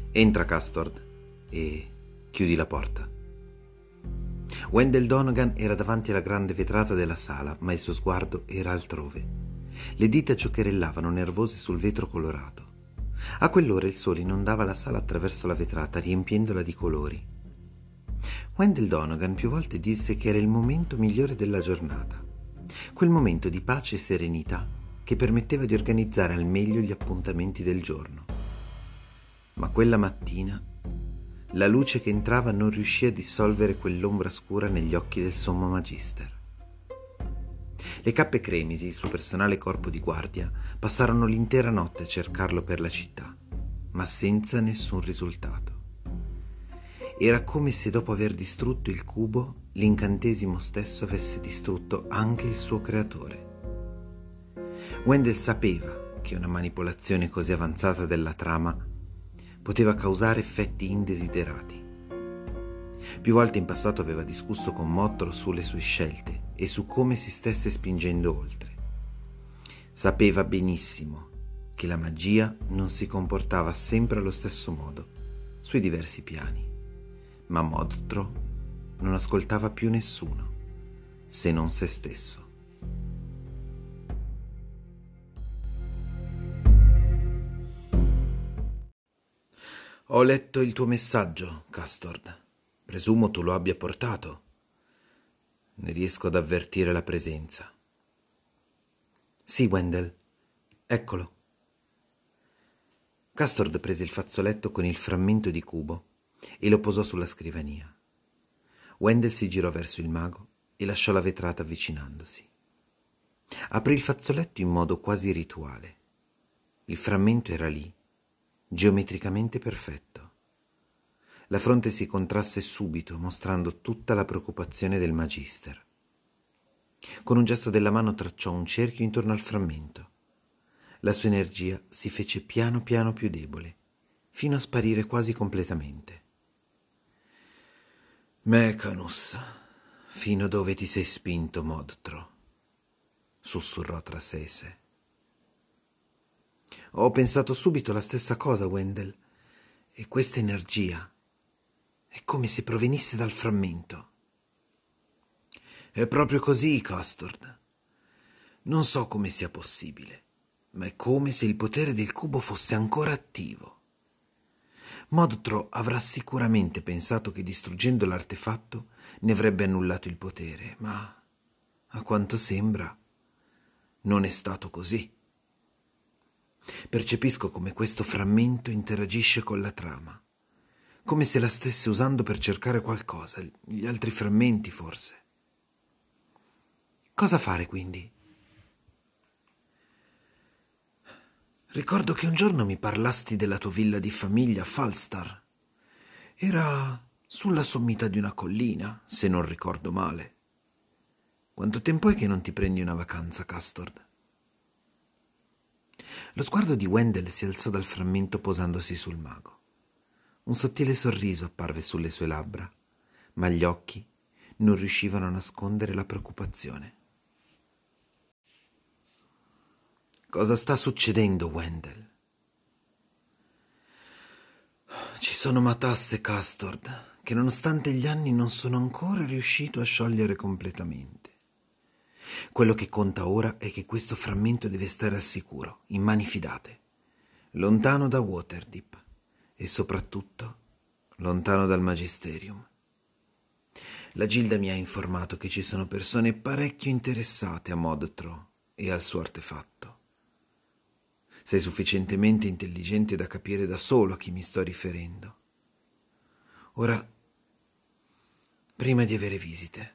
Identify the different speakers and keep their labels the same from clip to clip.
Speaker 1: Entra, Custard, e chiudi la porta. Wendell Donegan era davanti alla grande vetrata della sala, ma il suo sguardo era altrove. Le dita giocherellavano nervose sul vetro colorato. A quell'ora il sole inondava la sala attraverso la vetrata, riempiendola di colori. Wendell Donegan più volte disse che era il momento migliore della giornata, quel momento di pace e serenità che permetteva di organizzare al meglio gli appuntamenti del giorno. Ma quella mattina la luce che entrava non riuscì a dissolvere quell'ombra scura negli occhi del sommo magister. Le cappe cremisi, il suo personale corpo di guardia, passarono l'intera notte a cercarlo per la città, ma senza nessun risultato. Era come se dopo aver distrutto il cubo, l'incantesimo stesso avesse distrutto anche il suo creatore. Wendell sapeva che una manipolazione così avanzata della trama poteva causare effetti indesiderati. Più volte in passato aveva discusso con Mottro sulle sue scelte e su come si stesse spingendo oltre. Sapeva benissimo che la magia non si comportava sempre allo stesso modo sui diversi piani, ma Mottro non ascoltava più nessuno se non se stesso. Ho letto il tuo messaggio, Custard. Presumo tu lo abbia portato. Ne riesco ad avvertire la presenza. Sì, Wendell. Eccolo. Custard prese il fazzoletto con il frammento di cubo e lo posò sulla scrivania. Wendell si girò verso il mago e lasciò la vetrata avvicinandosi. Aprì il fazzoletto in modo quasi rituale. Il frammento era lì, geometricamente perfetto. La fronte si contrasse subito, mostrando tutta la preoccupazione del magister. Con un gesto della mano tracciò un cerchio intorno al frammento. La sua energia si fece piano piano più debole, fino a sparire quasi completamente. Mecanus, fino dove ti sei spinto, Modtro? Sussurrò tra sé e sé. Ho pensato subito la stessa cosa, Wendell, e questa energia è come se provenisse dal frammento. È proprio così, Custard. Non so come sia possibile, ma è come se il potere del cubo fosse ancora attivo. Modtro avrà sicuramente pensato che distruggendo l'artefatto ne avrebbe annullato il potere, ma a quanto sembra non è stato così. Percepisco come questo frammento interagisce con la trama, come se la stesse usando per cercare qualcosa, gli altri frammenti forse. Cosa fare quindi? Ricordo che un giorno mi parlasti della tua villa di famiglia a Falstar. Era sulla sommità di una collina, se non ricordo male. Quanto tempo è che non ti prendi una vacanza, Custard? Lo sguardo di Wendell si alzò dal frammento posandosi sul mago. Un sottile sorriso apparve sulle sue labbra, ma gli occhi non riuscivano a nascondere la preoccupazione. Cosa sta succedendo, Wendell? Ci sono matasse, Custard, che nonostante gli anni non sono ancora riuscito a sciogliere completamente. Quello che conta ora è che questo frammento deve stare al sicuro, in mani fidate, lontano da Waterdeep e soprattutto lontano dal Magisterium. La Gilda mi ha informato che ci sono persone parecchio interessate a Modtro e al suo artefatto. Sei sufficientemente intelligente da capire da solo a chi mi sto riferendo. Ora, prima di avere visite.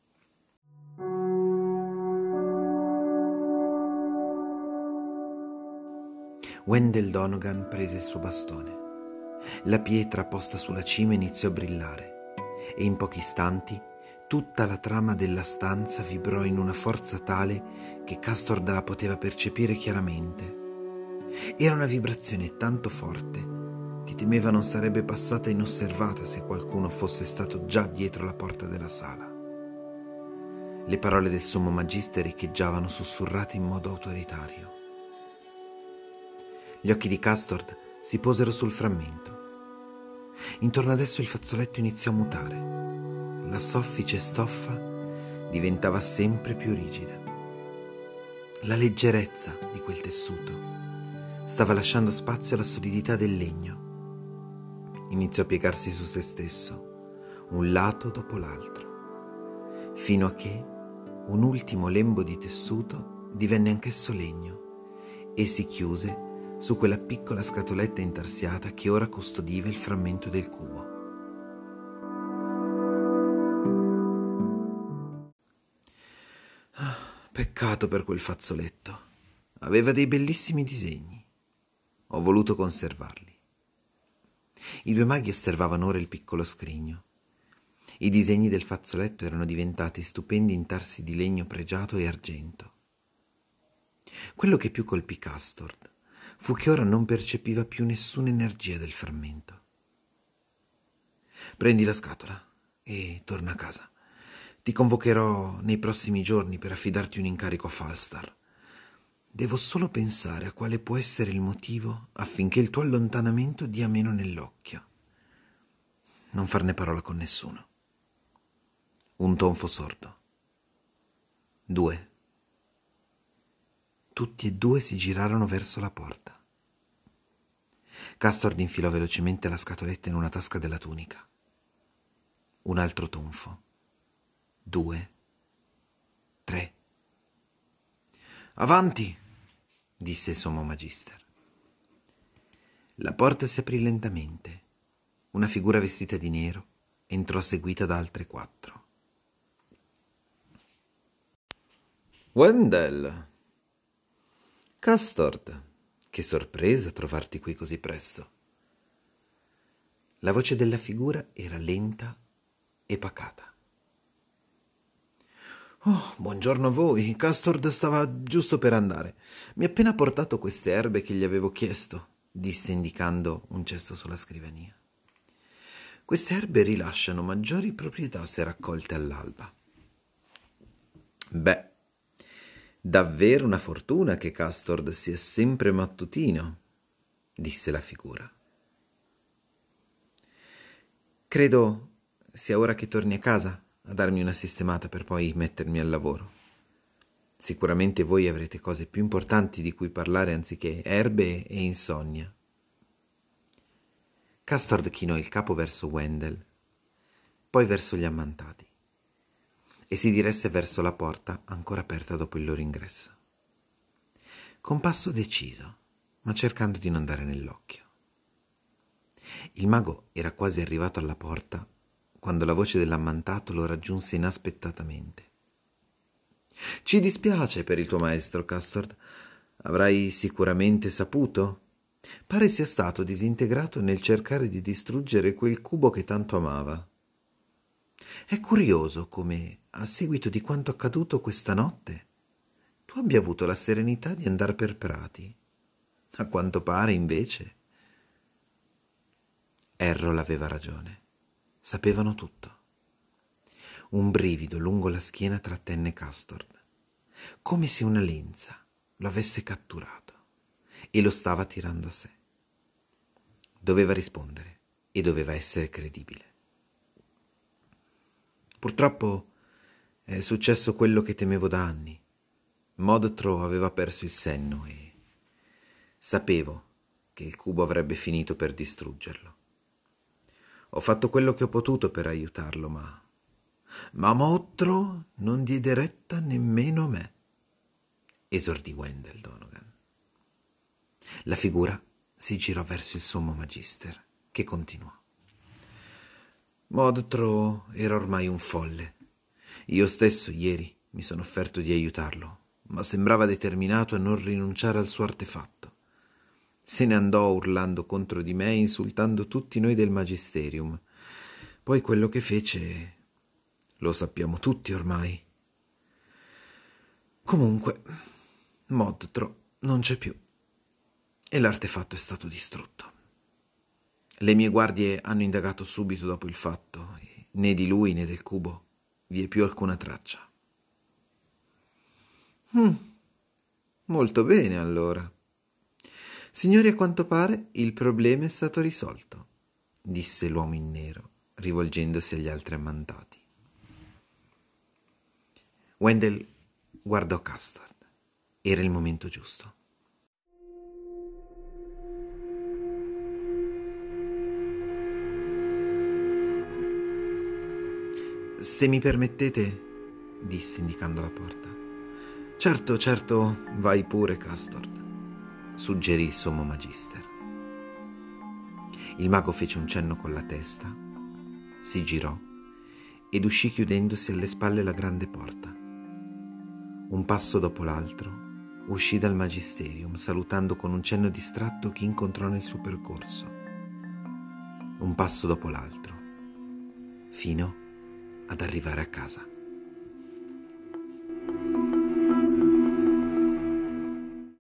Speaker 1: Wendell Donegan prese il suo bastone. La pietra posta sulla cima iniziò a brillare e in pochi istanti tutta la trama della stanza vibrò in una forza tale che Custard la poteva percepire chiaramente. Era una vibrazione tanto forte che temeva non sarebbe passata inosservata se qualcuno fosse stato già dietro la porta della sala. Le parole del sommo magister echeggiavano sussurrate in modo autoritario. Gli occhi di Custard si posero sul frammento Intorno ad esso il fazzoletto iniziò a mutare. La soffice stoffa diventava sempre più rigida. La leggerezza di quel tessuto stava lasciando spazio alla solidità del legno. Iniziò a piegarsi su se stesso, un lato dopo l'altro, fino a che un ultimo lembo di tessuto divenne anch'esso legno e si chiuse su quella piccola scatoletta intarsiata che ora custodiva il frammento del cubo. Peccato per quel fazzoletto. Aveva dei bellissimi disegni. Ho voluto conservarli. I due maghi osservavano ora il piccolo scrigno. I disegni del fazzoletto erano diventati stupendi intarsi di legno pregiato e argento. Quello che più colpì Castor fu che ora non percepiva più nessuna energia del frammento. Prendi la scatola e torna a casa. Ti convocherò nei prossimi giorni per affidarti un incarico a Falstar. Devo solo pensare a quale può essere il motivo affinché il tuo allontanamento dia meno nell'occhio. Non farne parola con nessuno. Un tonfo sordo. 2. Tutti e due si girarono verso la porta. Castor infilò velocemente la scatoletta in una tasca della tunica. Un altro tonfo. 2, 3. Avanti, disse il sommo magister. La porta si aprì lentamente. Una figura vestita di nero entrò seguita da altre 4. Wendell! Castor, che sorpresa trovarti qui così presto. La voce della figura era lenta e pacata. Oh, buongiorno a voi. Castor stava giusto per andare. Mi ha appena portato queste erbe che gli avevo chiesto, disse indicando un cesto sulla scrivania. Queste erbe rilasciano maggiori proprietà se raccolte all'alba. Beh, davvero una fortuna che Castor sia sempre mattutino, disse la figura. Credo sia ora che torni a casa a darmi una sistemata per poi mettermi al lavoro. Sicuramente voi avrete cose più importanti di cui parlare anziché erbe e insonnia. Castor chinò il capo verso Wendell, poi verso gli ammantati, e si diresse verso la porta ancora aperta dopo il loro ingresso. Con passo deciso, ma cercando di non dare nell'occhio. Il mago era quasi arrivato alla porta quando la voce dell'ammantato lo raggiunse inaspettatamente. Ci dispiace per il tuo maestro, Castor. Avrai sicuramente saputo. Pare sia stato disintegrato nel cercare di distruggere quel cubo che tanto amava. È curioso come, a seguito di quanto accaduto questa notte, tu abbia avuto la serenità di andar per prati. A quanto pare, invece, Errol aveva ragione. Sapevano tutto. Un brivido lungo la schiena trattenne Castor, come se una lenza lo avesse catturato e lo stava tirando a sé. Doveva rispondere e doveva essere credibile. Purtroppo è successo quello che temevo da anni. Modtro aveva perso il senno e sapevo che il cubo avrebbe finito per distruggerlo. Ho fatto quello che ho potuto per aiutarlo, ma Modtro non diede retta nemmeno a me, esordì Wendell Donegan. La figura si girò verso il sommo magister, che continuò. Modtro era ormai un folle. Io stesso ieri mi sono offerto di aiutarlo, ma sembrava determinato a non rinunciare al suo artefatto. Se ne andò urlando contro di me e insultando tutti noi del Magisterium. Poi quello che fece lo sappiamo tutti ormai. Comunque, Modtro non c'è più e l'artefatto è stato distrutto. Le mie guardie hanno indagato subito dopo il fatto e né di lui né del cubo vi è più alcuna traccia. Molto bene, allora. Signori, a quanto pare il problema è stato risolto. disse l'uomo in nero, rivolgendosi agli altri ammantati. Wendell guardò Custard. Era il momento giusto. Se mi permettete, disse indicando la porta. Certo, certo, vai pure, Custard, suggerì il sommo magister. Il mago fece un cenno con la testa, si girò ed uscì chiudendosi alle spalle la grande porta. Un passo dopo l'altro uscì dal magisterium, salutando con un cenno distratto chi incontrò nel suo percorso. Un passo dopo l'altro, fino ad arrivare a casa.